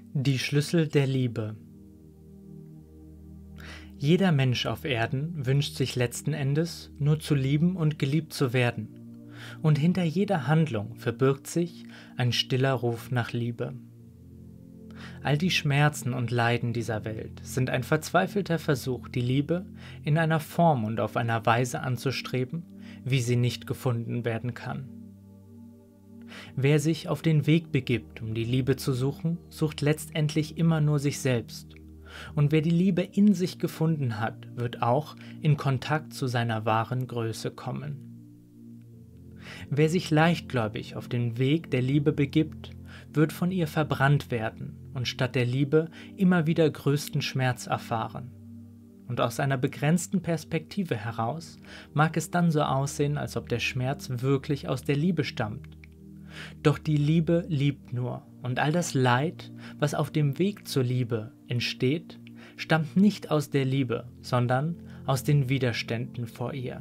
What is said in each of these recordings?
Die Schlüssel der Liebe. Jeder Mensch auf Erden wünscht sich letzten Endes nur zu lieben und geliebt zu werden. Und hinter jeder Handlung verbirgt sich ein stiller Ruf nach Liebe. All die Schmerzen und Leiden dieser Welt sind ein verzweifelter Versuch, die Liebe in einer Form und auf einer Weise anzustreben, wie sie nicht gefunden werden kann. Wer sich auf den Weg begibt, um die Liebe zu suchen, sucht letztendlich immer nur sich selbst. Und wer die Liebe in sich gefunden hat, wird auch in Kontakt zu seiner wahren Größe kommen. Wer sich leichtgläubig auf den Weg der Liebe begibt, wird von ihr verbrannt werden und statt der Liebe immer wieder größten Schmerz erfahren. Und aus einer begrenzten Perspektive heraus mag es dann so aussehen, als ob der Schmerz wirklich aus der Liebe stammt. Doch die Liebe liebt nur, und all das Leid, was auf dem Weg zur Liebe entsteht, stammt nicht aus der Liebe, sondern aus den Widerständen vor ihr.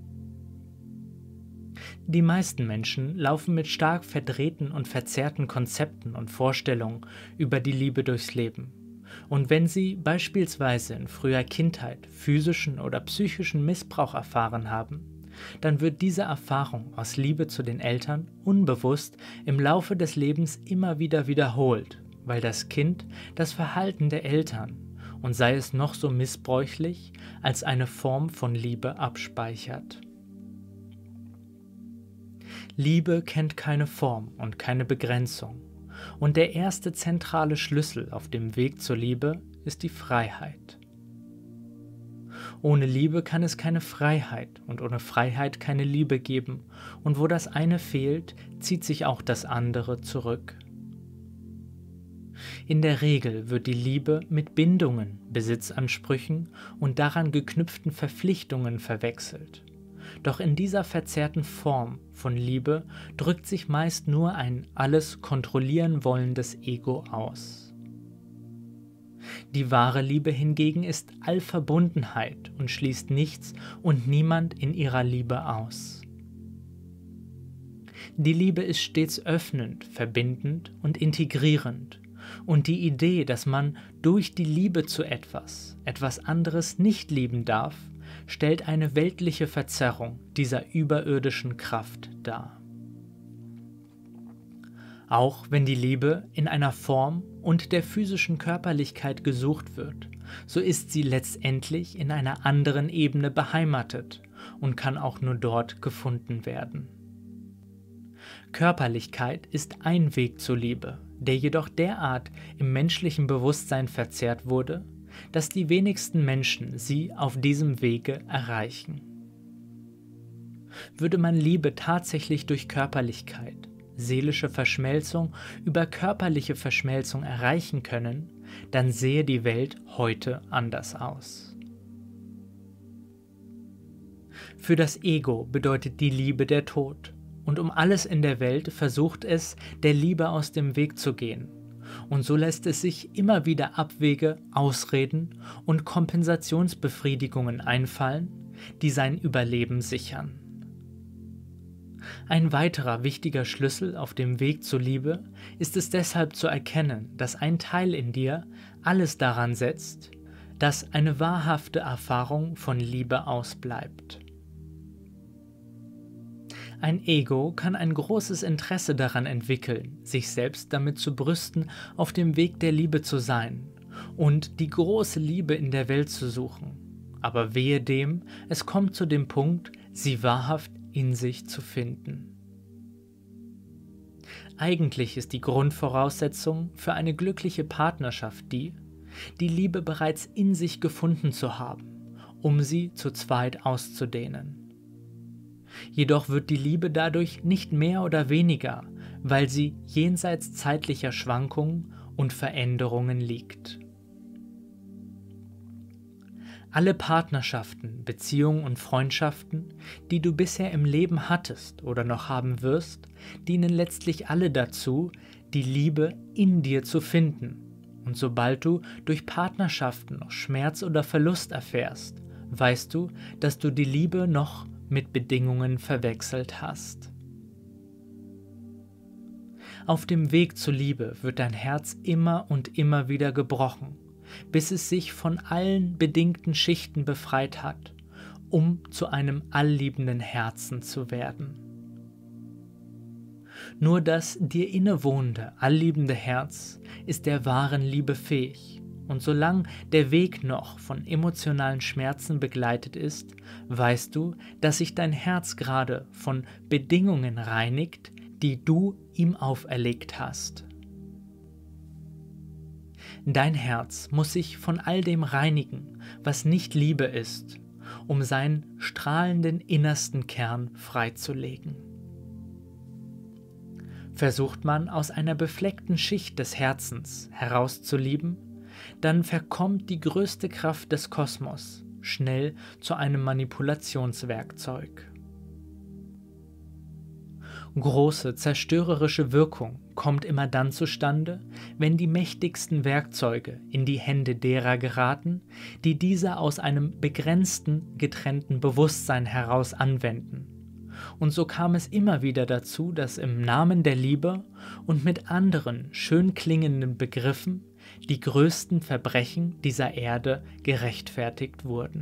Die meisten Menschen laufen mit stark verdrehten und verzerrten Konzepten und Vorstellungen über die Liebe durchs Leben. Und wenn sie beispielsweise in früher Kindheit physischen oder psychischen Missbrauch erfahren haben, dann wird diese Erfahrung aus Liebe zu den Eltern unbewusst im Laufe des Lebens immer wieder wiederholt, weil das Kind das Verhalten der Eltern, und sei es noch so missbräuchlich, als eine Form von Liebe abspeichert. Liebe kennt keine Form und keine Begrenzung, und der erste zentrale Schlüssel auf dem Weg zur Liebe ist die Freiheit. Ohne Liebe kann es keine Freiheit und ohne Freiheit keine Liebe geben, und wo das eine fehlt, zieht sich auch das andere zurück. In der Regel wird die Liebe mit Bindungen, Besitzansprüchen und daran geknüpften Verpflichtungen verwechselt. Doch in dieser verzerrten Form von Liebe drückt sich meist nur ein alles kontrollieren wollendes Ego aus. Die wahre Liebe hingegen ist Allverbundenheit und schließt nichts und niemand in ihrer Liebe aus. Die Liebe ist stets öffnend, verbindend und integrierend. Und die Idee, dass man durch die Liebe zu etwas anderes nicht lieben darf, stellt eine weltliche Verzerrung dieser überirdischen Kraft dar. Auch wenn die Liebe in einer Form und der physischen Körperlichkeit gesucht wird, so ist sie letztendlich in einer anderen Ebene beheimatet und kann auch nur dort gefunden werden. Körperlichkeit ist ein Weg zur Liebe, der jedoch derart im menschlichen Bewusstsein verzerrt wurde, dass die wenigsten Menschen sie auf diesem Wege erreichen. Würde man Liebe tatsächlich durch Körperlichkeit, seelische Verschmelzung über körperliche Verschmelzung erreichen können, dann sehe die Welt heute anders aus. Für das Ego bedeutet die Liebe der Tod, und um alles in der Welt versucht es, der Liebe aus dem Weg zu gehen. Und so lässt es sich immer wieder Abwege, Ausreden und Kompensationsbefriedigungen einfallen, die sein Überleben sichern. Ein weiterer wichtiger Schlüssel auf dem Weg zur Liebe ist es deshalb zu erkennen, dass ein Teil in dir alles daran setzt, dass eine wahrhafte Erfahrung von Liebe ausbleibt. Ein Ego kann ein großes Interesse daran entwickeln, sich selbst damit zu brüsten, auf dem Weg der Liebe zu sein und die große Liebe in der Welt zu suchen. Aber wehe dem, es kommt zu dem Punkt, sie wahrhaft in sich zu finden. Eigentlich ist die Grundvoraussetzung für eine glückliche Partnerschaft die Liebe bereits in sich gefunden zu haben, um sie zu zweit auszudehnen. Jedoch wird die Liebe dadurch nicht mehr oder weniger, weil sie jenseits zeitlicher Schwankungen und Veränderungen liegt. Alle Partnerschaften, Beziehungen und Freundschaften, die du bisher im Leben hattest oder noch haben wirst, dienen letztlich alle dazu, die Liebe in dir zu finden. Und sobald du durch Partnerschaften noch Schmerz oder Verlust erfährst, weißt du, dass du die Liebe noch mit Bedingungen verwechselt hast. Auf dem Weg zur Liebe wird dein Herz immer und immer wieder gebrochen, bis es sich von allen bedingten Schichten befreit hat, um zu einem allliebenden Herzen zu werden. Nur das dir innewohnende, allliebende Herz ist der wahren Liebe fähig, und solange der Weg noch von emotionalen Schmerzen begleitet ist, weißt du, dass sich dein Herz gerade von Bedingungen reinigt, die du ihm auferlegt hast. Dein Herz muss sich von all dem reinigen, was nicht Liebe ist, um seinen strahlenden innersten Kern freizulegen. Versucht man aus einer befleckten Schicht des Herzens herauszulieben, dann verkommt die größte Kraft des Kosmos schnell zu einem Manipulationswerkzeug. Große zerstörerische Wirkung kommt immer dann zustande, wenn die mächtigsten Werkzeuge in die Hände derer geraten, die diese aus einem begrenzten, getrennten Bewusstsein heraus anwenden. Und so kam es immer wieder dazu, dass im Namen der Liebe und mit anderen schön klingenden Begriffen die größten Verbrechen dieser Erde gerechtfertigt wurden.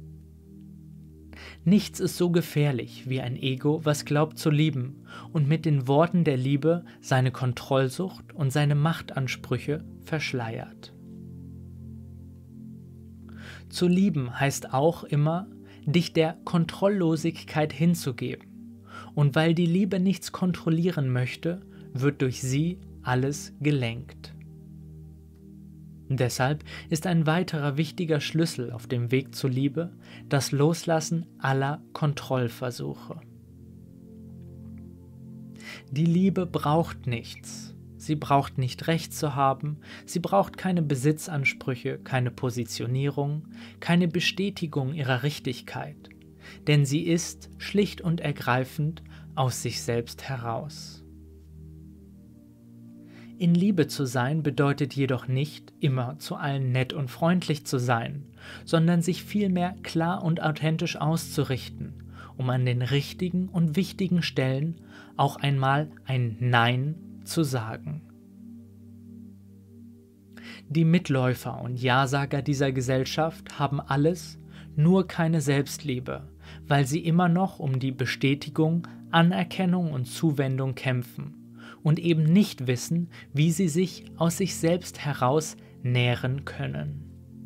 Nichts ist so gefährlich wie ein Ego, was glaubt zu lieben und mit den Worten der Liebe seine Kontrollsucht und seine Machtansprüche verschleiert. Zu lieben heißt auch immer, dich der Kontrolllosigkeit hinzugeben. Und weil die Liebe nichts kontrollieren möchte, wird durch sie alles gelenkt. Deshalb ist ein weiterer wichtiger Schlüssel auf dem Weg zur Liebe das Loslassen aller Kontrollversuche. Die Liebe braucht nichts. Sie braucht nicht Recht zu haben, sie braucht keine Besitzansprüche, keine Positionierung, keine Bestätigung ihrer Richtigkeit, denn sie ist schlicht und ergreifend aus sich selbst heraus. In Liebe zu sein bedeutet jedoch nicht, immer zu allen nett und freundlich zu sein, sondern sich vielmehr klar und authentisch auszurichten, um an den richtigen und wichtigen Stellen auch einmal ein Nein zu sagen. Die Mitläufer und Ja-Sager dieser Gesellschaft haben alles, nur keine Selbstliebe, weil sie immer noch um die Bestätigung, Anerkennung und Zuwendung kämpfen und eben nicht wissen, wie sie sich aus sich selbst heraus nähren können.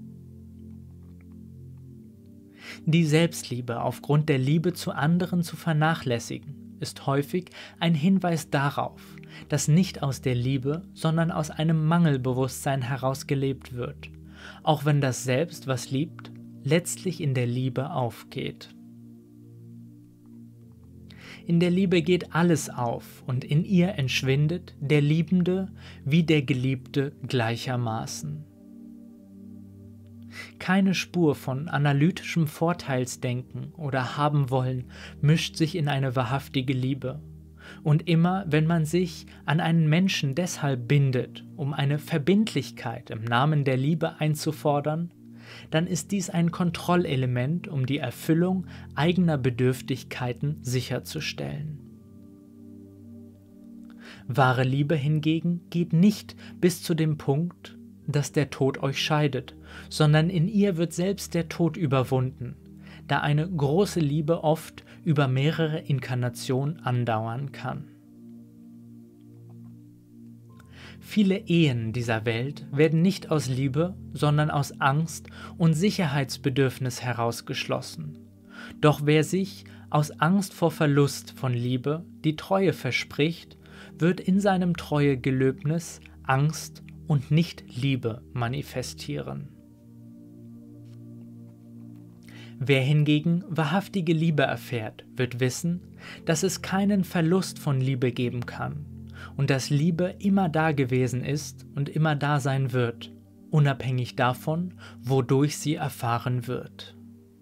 Die Selbstliebe aufgrund der Liebe zu anderen zu vernachlässigen, ist häufig ein Hinweis darauf, dass nicht aus der Liebe, sondern aus einem Mangelbewusstsein heraus gelebt wird, auch wenn das Selbst, was liebt, letztlich in der Liebe aufgeht. In der Liebe geht alles auf und in ihr entschwindet der Liebende wie der Geliebte gleichermaßen. Keine Spur von analytischem Vorteilsdenken oder Haben-Wollen mischt sich in eine wahrhaftige Liebe. Und immer, wenn man sich an einen Menschen deshalb bindet, um eine Verbindlichkeit im Namen der Liebe einzufordern, dann ist dies ein Kontrollelement, um die Erfüllung eigener Bedürftigkeiten sicherzustellen. Wahre Liebe hingegen geht nicht bis zu dem Punkt, dass der Tod euch scheidet, sondern in ihr wird selbst der Tod überwunden, da eine große Liebe oft über mehrere Inkarnationen andauern kann. Viele Ehen dieser Welt werden nicht aus Liebe, sondern aus Angst und Sicherheitsbedürfnis herausgeschlossen. Doch wer sich aus Angst vor Verlust von Liebe die Treue verspricht, wird in seinem Treuegelöbnis Angst und nicht Liebe manifestieren. Wer hingegen wahrhaftige Liebe erfährt, wird wissen, dass es keinen Verlust von Liebe geben kann und dass Liebe immer da gewesen ist und immer da sein wird, unabhängig davon, wodurch sie erfahren wird.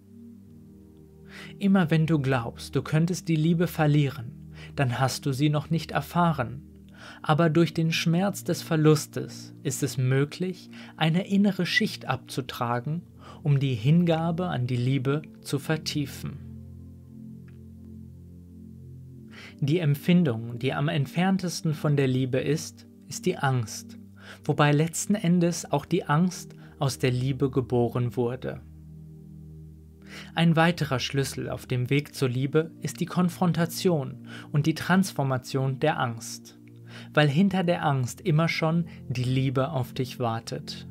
Immer wenn du glaubst, du könntest die Liebe verlieren, dann hast du sie noch nicht erfahren. Aber durch den Schmerz des Verlustes ist es möglich, eine innere Schicht abzutragen, um die Hingabe an die Liebe zu vertiefen. Die Empfindung, die am entferntesten von der Liebe ist die Angst, wobei letzten Endes auch die Angst aus der Liebe geboren wurde. Ein weiterer Schlüssel auf dem Weg zur Liebe ist die Konfrontation und die Transformation der Angst, weil hinter der Angst immer schon die Liebe auf dich wartet.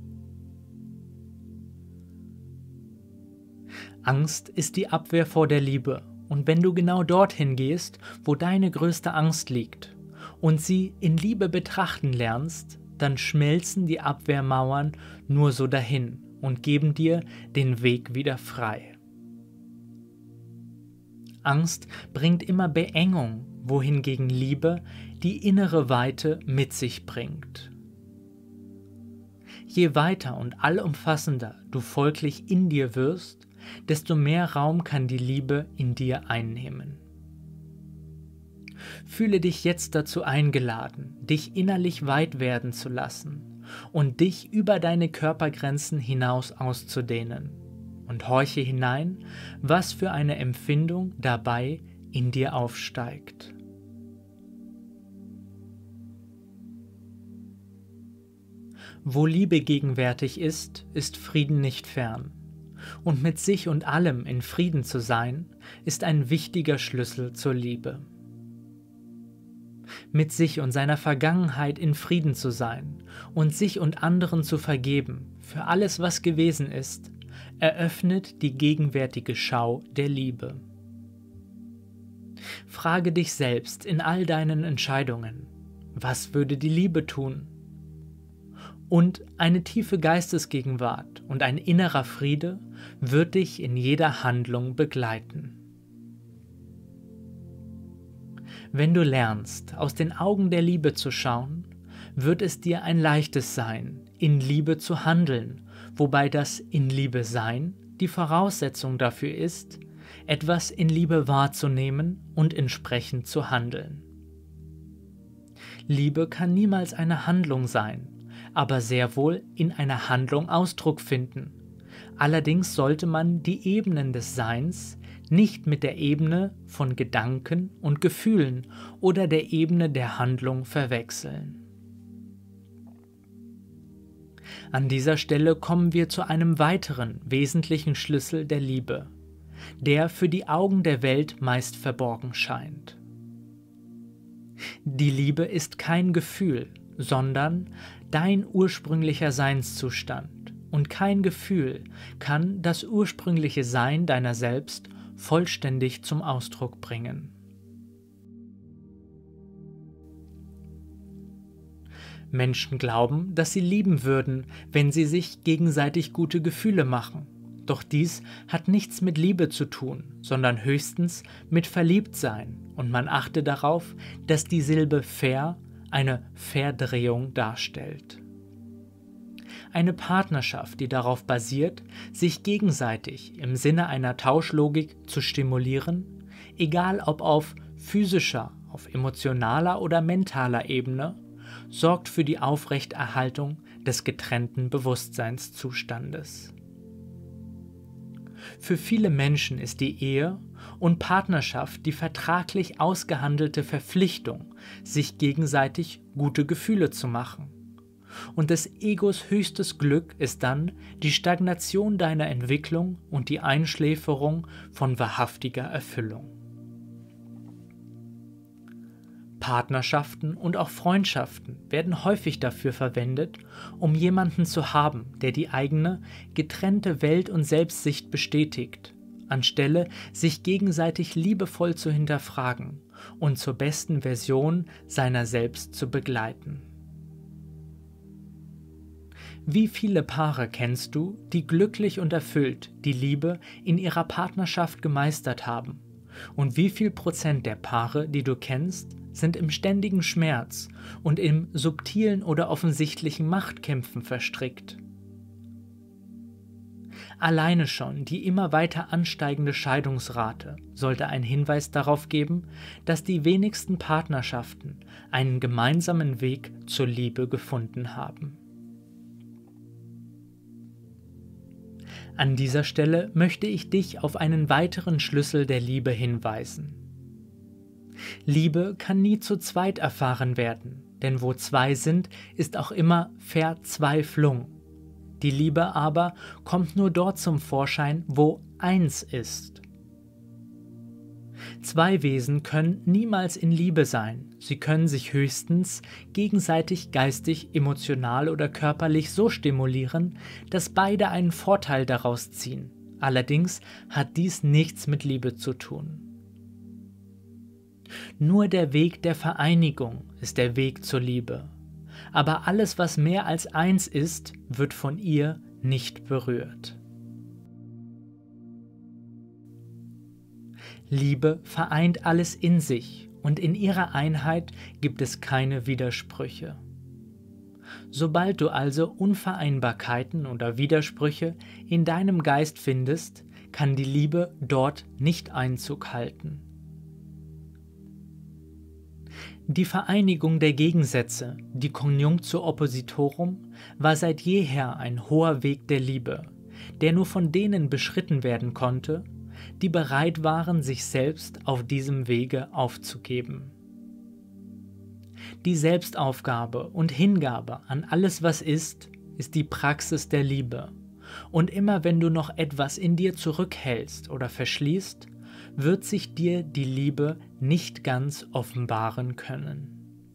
Angst ist die Abwehr vor der Liebe, und wenn du genau dorthin gehst, wo deine größte Angst liegt, und sie in Liebe betrachten lernst, dann schmelzen die Abwehrmauern nur so dahin und geben dir den Weg wieder frei. Angst bringt immer Beengung, wohingegen Liebe die innere Weite mit sich bringt. Je weiter und allumfassender du folglich in dir wirst, desto mehr Raum kann die Liebe in dir einnehmen. Fühle dich jetzt dazu eingeladen, dich innerlich weit werden zu lassen und dich über deine Körpergrenzen hinaus auszudehnen, und horche hinein, was für eine Empfindung dabei in dir aufsteigt. Wo Liebe gegenwärtig ist, ist Frieden nicht fern. Und mit sich und allem in Frieden zu sein, ist ein wichtiger Schlüssel zur Liebe. Mit sich und seiner Vergangenheit in Frieden zu sein und sich und anderen zu vergeben für alles, was gewesen ist, eröffnet die gegenwärtige Schau der Liebe. Frage dich selbst in all deinen Entscheidungen: Was würde die Liebe tun? Und eine tiefe Geistesgegenwart und ein innerer Friede wird dich in jeder Handlung begleiten. Wenn du lernst, aus den Augen der Liebe zu schauen, wird es dir ein leichtes sein, in Liebe zu handeln, wobei das in Liebe sein die Voraussetzung dafür ist, etwas in Liebe wahrzunehmen und entsprechend zu handeln. Liebe kann niemals eine Handlung sein, aber sehr wohl in einer Handlung Ausdruck finden. Allerdings sollte man die Ebenen des Seins nicht mit der Ebene von Gedanken und Gefühlen oder der Ebene der Handlung verwechseln. An dieser Stelle kommen wir zu einem weiteren wesentlichen Schlüssel der Liebe, der für die Augen der Welt meist verborgen scheint. Die Liebe ist kein Gefühl, sondern dein ursprünglicher Seinszustand, und kein Gefühl kann das ursprüngliche Sein deiner selbst vollständig zum Ausdruck bringen. Menschen glauben, dass sie lieben würden, wenn sie sich gegenseitig gute Gefühle machen. Doch dies hat nichts mit Liebe zu tun, sondern höchstens mit Verliebtsein, und man achte darauf, dass die Silbe fair eine Verdrehung darstellt. Eine Partnerschaft, die darauf basiert, sich gegenseitig im Sinne einer Tauschlogik zu stimulieren, egal ob auf physischer, auf emotionaler oder mentaler Ebene, sorgt für die Aufrechterhaltung des getrennten Bewusstseinszustandes. Für viele Menschen ist die Ehe und Partnerschaft die vertraglich ausgehandelte Verpflichtung, sich gegenseitig gute Gefühle zu machen. Und des Egos höchstes Glück ist dann die Stagnation deiner Entwicklung und die Einschläferung von wahrhaftiger Erfüllung. Partnerschaften und auch Freundschaften werden häufig dafür verwendet, um jemanden zu haben, der die eigene, getrennte Welt- und Selbstsicht bestätigt, anstelle sich gegenseitig liebevoll zu hinterfragen und zur besten Version seiner selbst zu begleiten. Wie viele Paare kennst du, die glücklich und erfüllt die Liebe in ihrer Partnerschaft gemeistert haben? Und wie viel Prozent der Paare, die du kennst, sind im ständigen Schmerz und im subtilen oder offensichtlichen Machtkämpfen verstrickt? Alleine schon die immer weiter ansteigende Scheidungsrate sollte ein Hinweis darauf geben, dass die wenigsten Partnerschaften einen gemeinsamen Weg zur Liebe gefunden haben. An dieser Stelle möchte ich dich auf einen weiteren Schlüssel der Liebe hinweisen. Liebe kann nie zu zweit erfahren werden, denn wo zwei sind, ist auch immer Verzweiflung. Die Liebe aber kommt nur dort zum Vorschein, wo eins ist. Zwei Wesen können niemals in Liebe sein. Sie können sich höchstens gegenseitig geistig, emotional oder körperlich so stimulieren, dass beide einen Vorteil daraus ziehen. Allerdings hat dies nichts mit Liebe zu tun. Nur der Weg der Vereinigung ist der Weg zur Liebe. Aber alles, was mehr als eins ist, wird von ihr nicht berührt. Liebe vereint alles in sich und in ihrer Einheit gibt es keine Widersprüche. Sobald du also Unvereinbarkeiten oder Widersprüche in deinem Geist findest, kann die Liebe dort nicht Einzug halten. Die Vereinigung der Gegensätze, die Conjunctio Oppositorum, war seit jeher ein hoher Weg der Liebe, der nur von denen beschritten werden konnte, die bereit waren, sich selbst auf diesem Wege aufzugeben. Die Selbstaufgabe und Hingabe an alles, was ist die Praxis der Liebe. Und immer wenn du noch etwas in dir zurückhältst oder verschließt, wird sich dir die Liebe nicht ganz offenbaren können.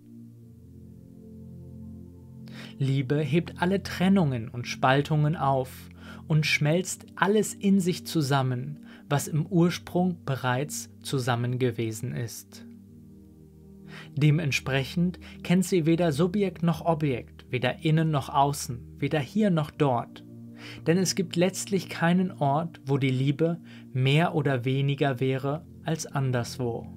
Liebe hebt alle Trennungen und Spaltungen auf und schmelzt alles in sich zusammen, was im Ursprung bereits zusammen gewesen ist. Dementsprechend kennt sie weder Subjekt noch Objekt, weder innen noch außen, weder hier noch dort. Denn es gibt letztlich keinen Ort, wo die Liebe mehr oder weniger wäre als anderswo.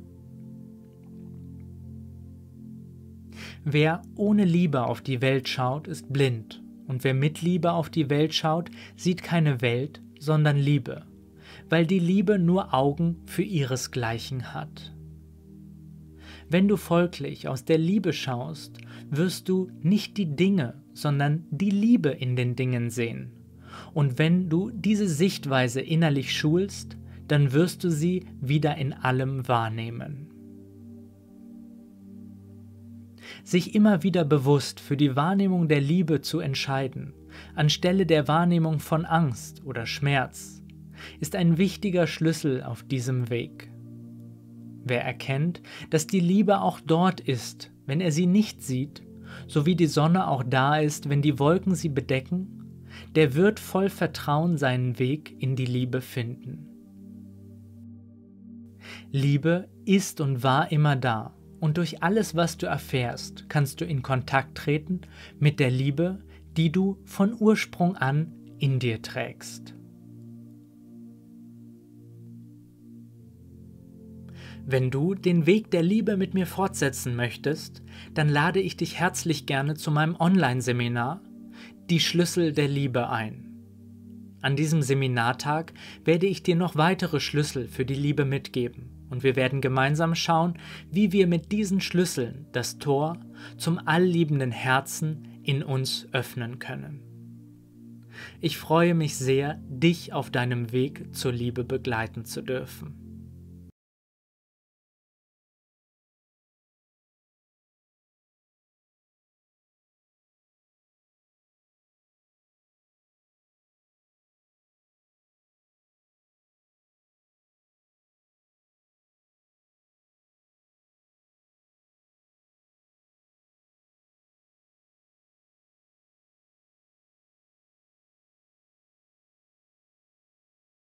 Wer ohne Liebe auf die Welt schaut, ist blind, und wer mit Liebe auf die Welt schaut, sieht keine Welt, sondern Liebe, weil die Liebe nur Augen für ihresgleichen hat. Wenn du folglich aus der Liebe schaust, wirst du nicht die Dinge, sondern die Liebe in den Dingen sehen. Und wenn du diese Sichtweise innerlich schulst, dann wirst du sie wieder in allem wahrnehmen. Sich immer wieder bewusst für die Wahrnehmung der Liebe zu entscheiden, anstelle der Wahrnehmung von Angst oder Schmerz, ist ein wichtiger Schlüssel auf diesem Weg. Wer erkennt, dass die Liebe auch dort ist, wenn er sie nicht sieht, so wie die Sonne auch da ist, wenn die Wolken sie bedecken, der wird voll Vertrauen seinen Weg in die Liebe finden. Liebe ist und war immer da, und durch alles, was du erfährst, kannst du in Kontakt treten mit der Liebe, die du von Ursprung an in dir trägst. Wenn du den Weg der Liebe mit mir fortsetzen möchtest, dann lade ich dich herzlich gerne zu meinem Online-Seminar Die Schlüssel der Liebe ein. An diesem Seminartag werde ich dir noch weitere Schlüssel für die Liebe mitgeben und wir werden gemeinsam schauen, wie wir mit diesen Schlüsseln das Tor zum allliebenden Herzen in uns öffnen können. Ich freue mich sehr, dich auf deinem Weg zur Liebe begleiten zu dürfen.